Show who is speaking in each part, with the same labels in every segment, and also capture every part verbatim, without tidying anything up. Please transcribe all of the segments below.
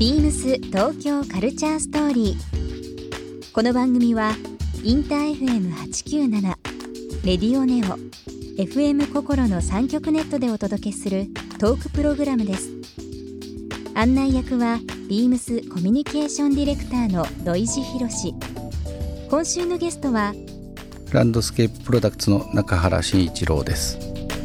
Speaker 1: ビームス東京カルチャーストーリー。この番組はインター エフエムはちきゅうなな、レディオネオ、エフエム 心のさん局ネットでお届けするトークプログラムです。案内役はビームスコミュニケーションディレクターの土井博志。今週のゲストは
Speaker 2: ランドスケーププロダクツの中原慎一郎です。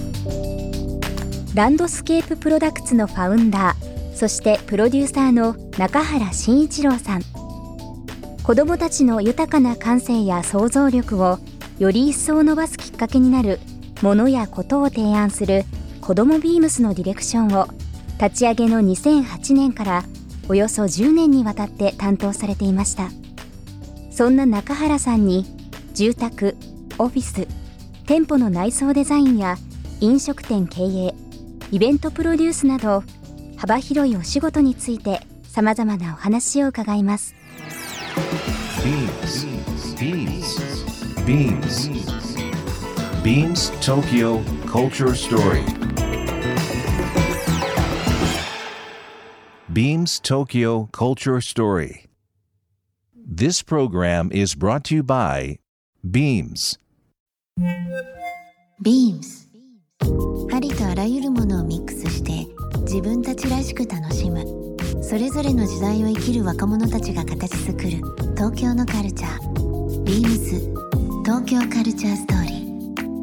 Speaker 1: ランドスケーププロダクツのファウンダー、そしてプロデューサーの中原慎一郎さん。子どもたちの豊かな感性や想像力をより一層伸ばすきっかけになるものやことを提案する子どもビームスのディレクションを立ち上げのにせんはちねんからおよそじゅうねんにわたって担当されていました。そんな中原さんに住宅、オフィス、店舗の内装デザインや飲食店経営、イベントプロデュースなど幅広いお仕事について様々なお話を伺います。
Speaker 3: ビームス ビームス ビームス Tokyo Culture Story。 ビームス Tokyo Culture Story。 This program is brought to you by ビームス。
Speaker 4: ビームス、 ありとあらゆるものをミックスして自分たちらしく楽しむ、それぞれの時代を生きる若者たちが形作る東京のカルチャー。ビームス東京カルチャーストーリー。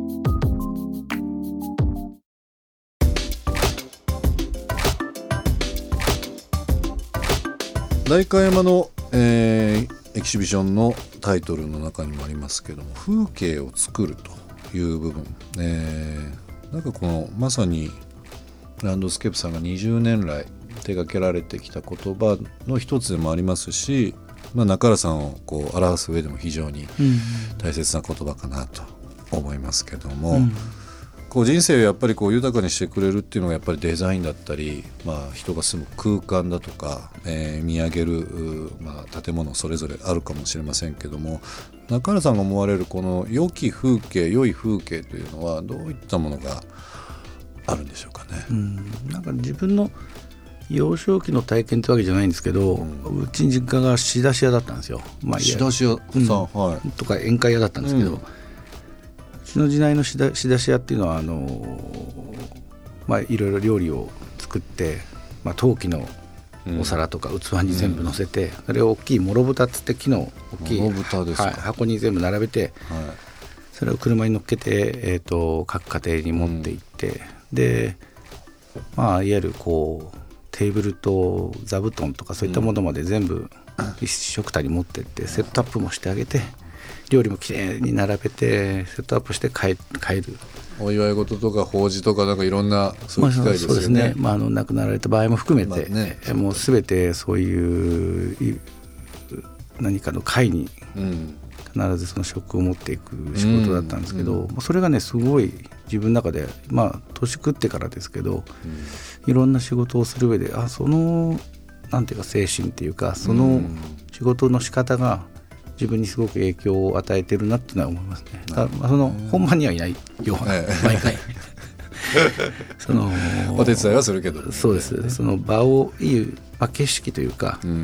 Speaker 5: 代官山の、えー、エキシビションのタイトルの中にもありますけども、風景を作るという部分、えー、なんかこのまさにランドスケープさんがにじゅうねん来手掛けられてきた言葉の一つでもありますし、まあ、中原さんをこう表す上でも非常に大切な言葉かなと思いますけども、うん、こう人生をやっぱりこう豊かにしてくれるっていうのがやっぱりデザインだったり、まあ、人が住む空間だとか、えー、見上げる、まあ、建物それぞれあるかもしれませんけども、中原さんが思われるこの良き風景、良い風景というのはどういったものがあるんでしょうかね。
Speaker 2: うん、なんか自分の幼少期の体験ってわけじゃないんですけど、うん、うち実家が仕出し屋だったんですよ。まあ、
Speaker 5: 仕出し屋さん、うん、はい、
Speaker 2: とか宴会屋だったんですけど、うん、うちの時代の仕出し屋っていうのはあのーまあ、いろいろ料理を作って、まあ、陶器のお皿とか器に全部乗せて、うん、それを大きいもろ豚っつって木の大きい、
Speaker 5: もろ豚ですか、
Speaker 2: はい、箱に全部並べて、はい、それを車に乗っけて、えーと、各家庭に持って行って、うん、で、まあ、いわゆるこうテーブルと座布団とかそういったものまで全部一緒くたに持ってってセットアップもしてあげて、料理もきれいに並べてセットアップして帰、帰る。
Speaker 5: お祝い事とか法事とかなんかいろんなそういう機会ですよね。
Speaker 2: まあ、そうですね、まあ、あの亡くなられた場合も含めて、まあね、もう全てそういう何かの会に必ずその食を持っていく仕事だったんですけど、うんうん、それがねすごい自分の中で、まあ年食ってからですけど、うん、いろんな仕事をする上で、あ、そのなんていうか精神っていうか、その仕事の仕方が自分にすごく影響を与えてるなっていうのは思いますね。だまあ、その本番にはいないよ、ええ、毎回その
Speaker 5: お手伝いはするけど、ね、
Speaker 2: そうです。その場をいい、まあ、景色というか、うん、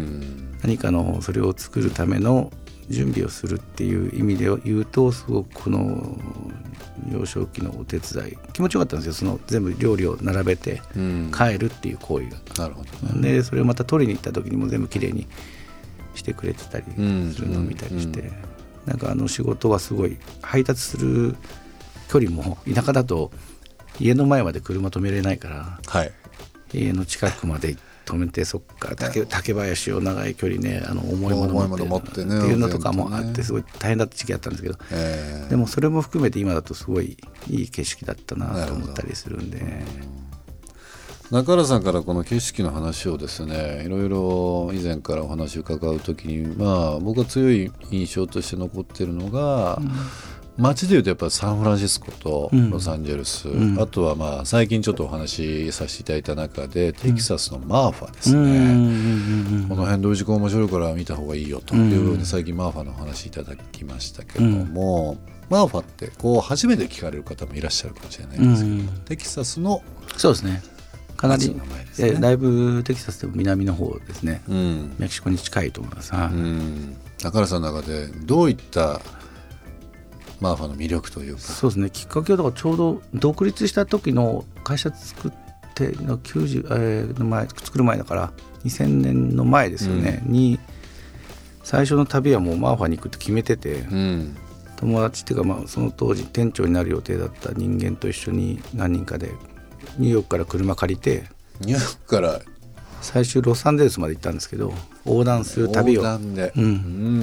Speaker 2: 何かのそれを作るための準備をするっていう意味で言うと、すごくこの幼少期のお手伝い気持ちよかったんですよ。その全部料理を並べて帰るっていう行為が、うん、なるほど、ね、でそれをまた取りに行った時にも全部きれいにしてくれてたりするのを見たりして、うんうんうん、なんかあの仕事はすごい配達する距離も田舎だと家の前まで車止めれないから、はい、家の近くまで止めて、そっから 竹, 竹林を長い距離ね、あの重いもの持ってっていうのとかもあって、すごい大変だった時期だったんですけど、えー、でもそれも含めて今だとすごいいい景色だったなと思ったりするんで、
Speaker 5: 中原さんからこの景色の話をですね、いろいろ以前からお話を伺うときに、まあ、僕が強い印象として残っているのが、うん、街でいうとやっぱりサンフランシスコとロサンゼルス、うん、あとはまあ最近ちょっとお話しさせていただいた中でテキサスのマーファですね、うん、この辺同時に面白いから見た方がいいよという部分で最近マーファのお話いただきましたけども、うん、マーファってこう初めて聞かれる方もいらっしゃるかもしれないんですけど、うん、テキサスの
Speaker 2: そうですね、かなり
Speaker 5: ですね。
Speaker 2: だいぶテキサスでも南の方ですね、
Speaker 5: うん、
Speaker 2: メキシコに近いと思います。はい、うん、
Speaker 5: 中原さんの中でどういったマーファの魅力というか。
Speaker 2: そうですね、きっかけはだからちょうど独立した時の会社作ってのきゅうじゅう、えー、の前作る前だからにせんねんの前ですよね、うん、に最初の旅はもうマーファに行くって決めてて、うん、友達っていうか、まあその当時店長になる予定だった人間と一緒に何人かでニューヨークから車借りて、
Speaker 5: ニューヨークから
Speaker 2: 最終ロサンゼルスまで行ったんですけど、横断する旅を
Speaker 5: 横断で、
Speaker 2: うんうん、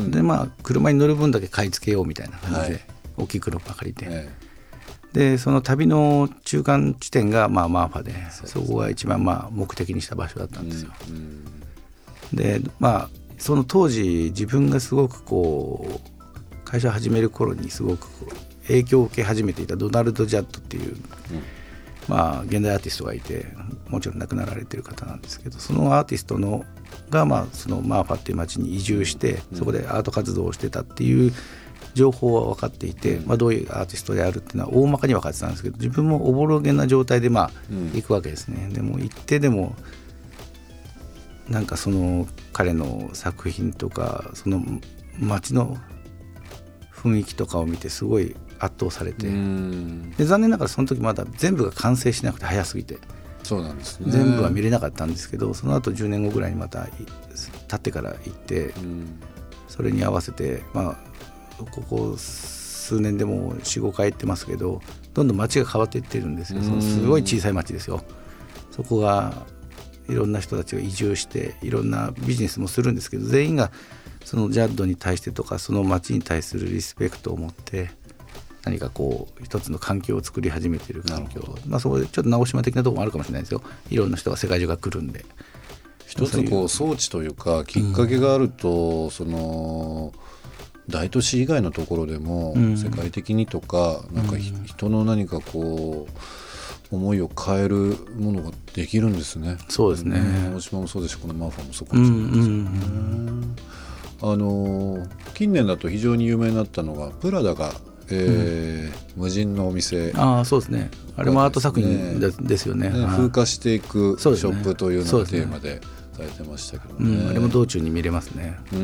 Speaker 2: でまあ車に乗る分だけ買い付けようみたいな感じで、はい、大きい車借りて、はい、でその旅の中間地点がまあマーファで、そこが一番まあ目的にした場所だったんですよ、うんうん、でまあその当時自分がすごくこう会社を始める頃にすごくこう影響を受け始めていたドナルド・ジャッドっていう、うん、まあ現代アーティストがいて、もちろん亡くなられてる方なんですけど、そのアーティストのがまあそのマーファっていう町に移住して、そこでアート活動をしてたっていう情報は分かっていて、まあ、どういうアーティストであるっていうのは大まかに分かってたんですけど、自分もおぼろげな状態でまあ行くわけですね。でも行ってでもなんかその彼の作品とかその街の雰囲気とかを見てすごい圧倒されて、で残念ながらその時まだ全部が完成しなくて早すぎて、
Speaker 5: そうなんですね、
Speaker 2: 全部は見れなかったんですけど、その後じゅうねんごぐらいにまた経ってから行って、それに合わせてまあここ数年でも よん,ご 回行ってますけど、どんどん街が変わっていってるんですよ。そのすごい小さい街ですよ。そこがいろんな人たちが移住していろんなビジネスもするんですけど、全員がそのジャッドに対してとかその街に対するリスペクトを持って何かこう一つの環境を作り始めている環境、まあ、そこでちょっと直島的なところもあるかもしれないですよ。いろんな人が世界中が来るんで、
Speaker 5: 一つこう装置というかきっかけがあると、うん、その大都市以外のところでも世界的にとか、うん、なんか人の何かこう思いを変えるものができるんですね。
Speaker 2: そうですね。
Speaker 5: 大島もそうですし、このマーファーもそうかもしれないですね、うんうんうん、あの近年だと非常に有名になったのがプラダが、えーうん、無人のお店、
Speaker 2: ああそうですね、あれもアート作品 で, ですよね。
Speaker 5: ね、風化していくショップというのがテーマでされてましたけどね、
Speaker 2: うん、あれも道中に見れますね。
Speaker 5: うん、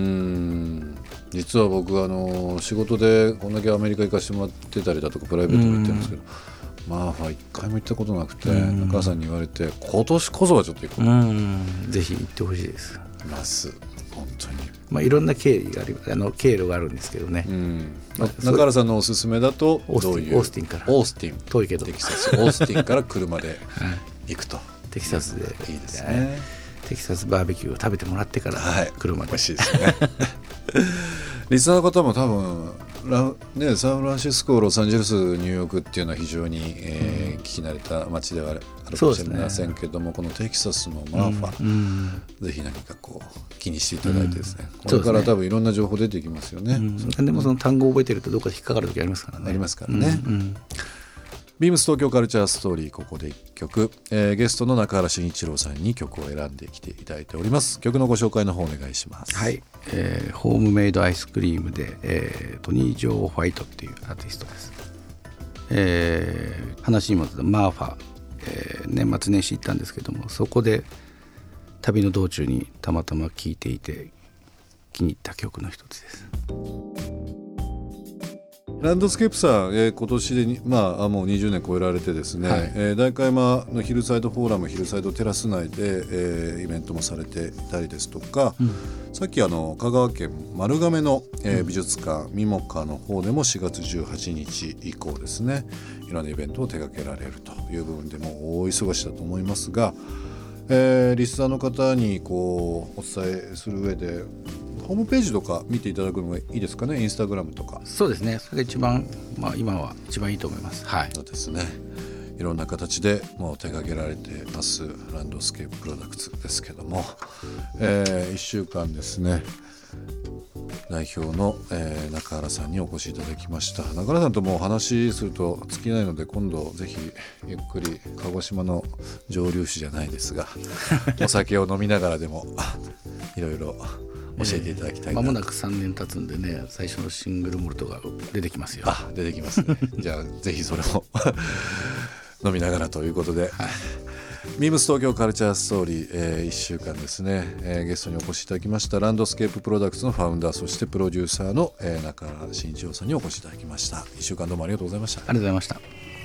Speaker 5: 実は僕あの仕事でこんだけアメリカ行かせてもらってたりだとかプライベートも行ってるんですけど、マーファ一回も行ったことなくて、中川さんに言われて今年こそはちょっと行こう、うん、
Speaker 2: ぜひ行ってほしいです。
Speaker 5: ます本当に、
Speaker 2: まあ、いろんな経緯がありあの経路があるんですけどね、うん、
Speaker 5: まあ、中原さんのおすすめだとどういう
Speaker 2: オースティンから
Speaker 5: オースティン
Speaker 2: 遠いけど
Speaker 5: テキサスオースティンから車で行くと、はい、
Speaker 2: テキサスで
Speaker 5: いいですね。
Speaker 2: テキサスバーベキューを食べてもらってから車で、はい、
Speaker 5: 美味しいですねリスナーの方も多分ラ、ね、サンフランシスコ、ロサンゼルス、ニューヨークっていうのは非常に、えーうん、聞き慣れた街ではあるかもしれませんけども、ね、このテキサスのマーファ、うんうん、ぜひ何かこう気にしていただいてですね、うん、これから多分いろんな情報出てきますよね、うん、
Speaker 2: でもその単語を覚えてるとどっか引っかかる時ありますからね。
Speaker 5: ありますからね、うんうん、ビームス東京カルチャーストーリー、ここでいっきょく、えー、ゲストの中原慎一郎さんに曲を選んできていただいております。曲のご紹介の方お願いします。
Speaker 2: はい、えー、ホームメイドアイスクリームで、えー、トニー・ジョー・ファイトっていうアーティストです。えー、話にも出たマーファ、えー、年末年始行ったんですけども、そこで旅の道中にたまたま聴いていて気に入った曲の一つです。
Speaker 5: ランドスケープさん、えー、今年でに、まあ、もうにじゅうねん超えられてですね、はい、えー、代官山のヒルサイドフォーラム、ヒルサイドテラス内で、えー、イベントもされていたりですとか、うん、さっきあの香川県丸亀の、えー、美術館、うん、ミモカの方でもしがつじゅうはちにち以降ですね、いろんなイベントを手掛けられるという部分でも大忙しだと思いますが、えー、リスナーの方にこうお伝えする上でホームページとか見ていただくのがいいですかね。インスタグラムとか。
Speaker 2: そうですね、それが一番、まあ、今は一番いいと思います。はい、
Speaker 5: そうですね、いろんな形でもう手掛けられてますランドスケーププロダクツですけども、えー、いっしゅうかんですね、代表の、えー、中原さんにお越しいただきました。中原さんともお話しすると尽きないので、今度ぜひゆっくり鹿児島の蒸留酒じゃないですがお酒を飲みながらでもいろいろ教えていただきたいな。
Speaker 2: まもなくさんねん経つんでね、最初のシングルモルトが出てきますよ。
Speaker 5: あ、出てきますねじゃあぜひそれも飲みながらということで、はい、 ビームス東京カルチャーストーリー、えー、いっしゅうかんですね、えー、ゲストにお越しいただきましたランドスケーププロダクツのファウンダー、そしてプロデューサーの、えー、中原慎一郎さんにお越しいただきました。いっしゅうかんどうもありがとうございました。
Speaker 2: ありがとうございました。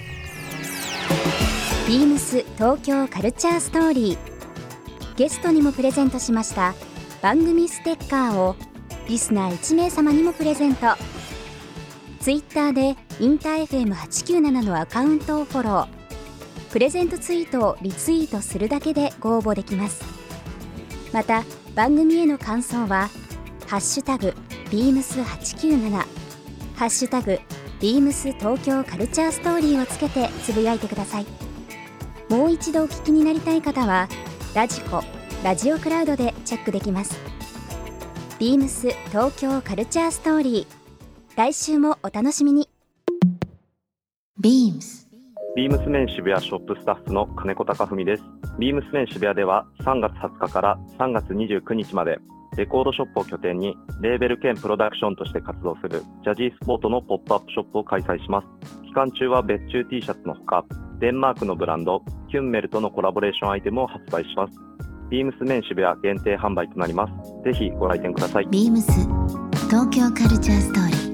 Speaker 1: ビームス東京カルチャーストーリー、ゲストにもプレゼントしました番組ステッカーをリスナーいちめい様にもプレゼント。ツイッターでインター エフエムはちきゅうなな のアカウントをフォロー、プレゼントツイートをリツイートするだけでご応募できます。また番組への感想はハッシュタグビームスはちきゅうなな、ハッシュタグビームス東京カルチャーストーリーをつけてつぶやいてください。もう一度お聞きになりたい方はラジコ、ラジオクラウドでチェックできます。ビームス東京カルチャーストーリー、来週もお楽しみに。
Speaker 4: ビームス
Speaker 6: ビームスメン渋谷ショップスタッフの金子貴文です。ビームスメン渋谷ではさんがつはつかからさんがつにじゅうくにちまでレコードショップを拠点にレーベル兼プロダクションとして活動するジャジースポートのポップアップショップを開催します。期間中は別注 T シャツのほか、デンマークのブランドキュンメルとのコラボレーションアイテムを発売します。ビームスメン渋谷限定販売となります。ぜひご来店ください。
Speaker 4: ビームス東京カルチャーストーリー。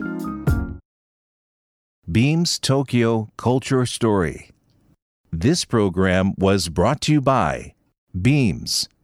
Speaker 3: Beams Tokyo Culture Story. This program was brought to you by Beams.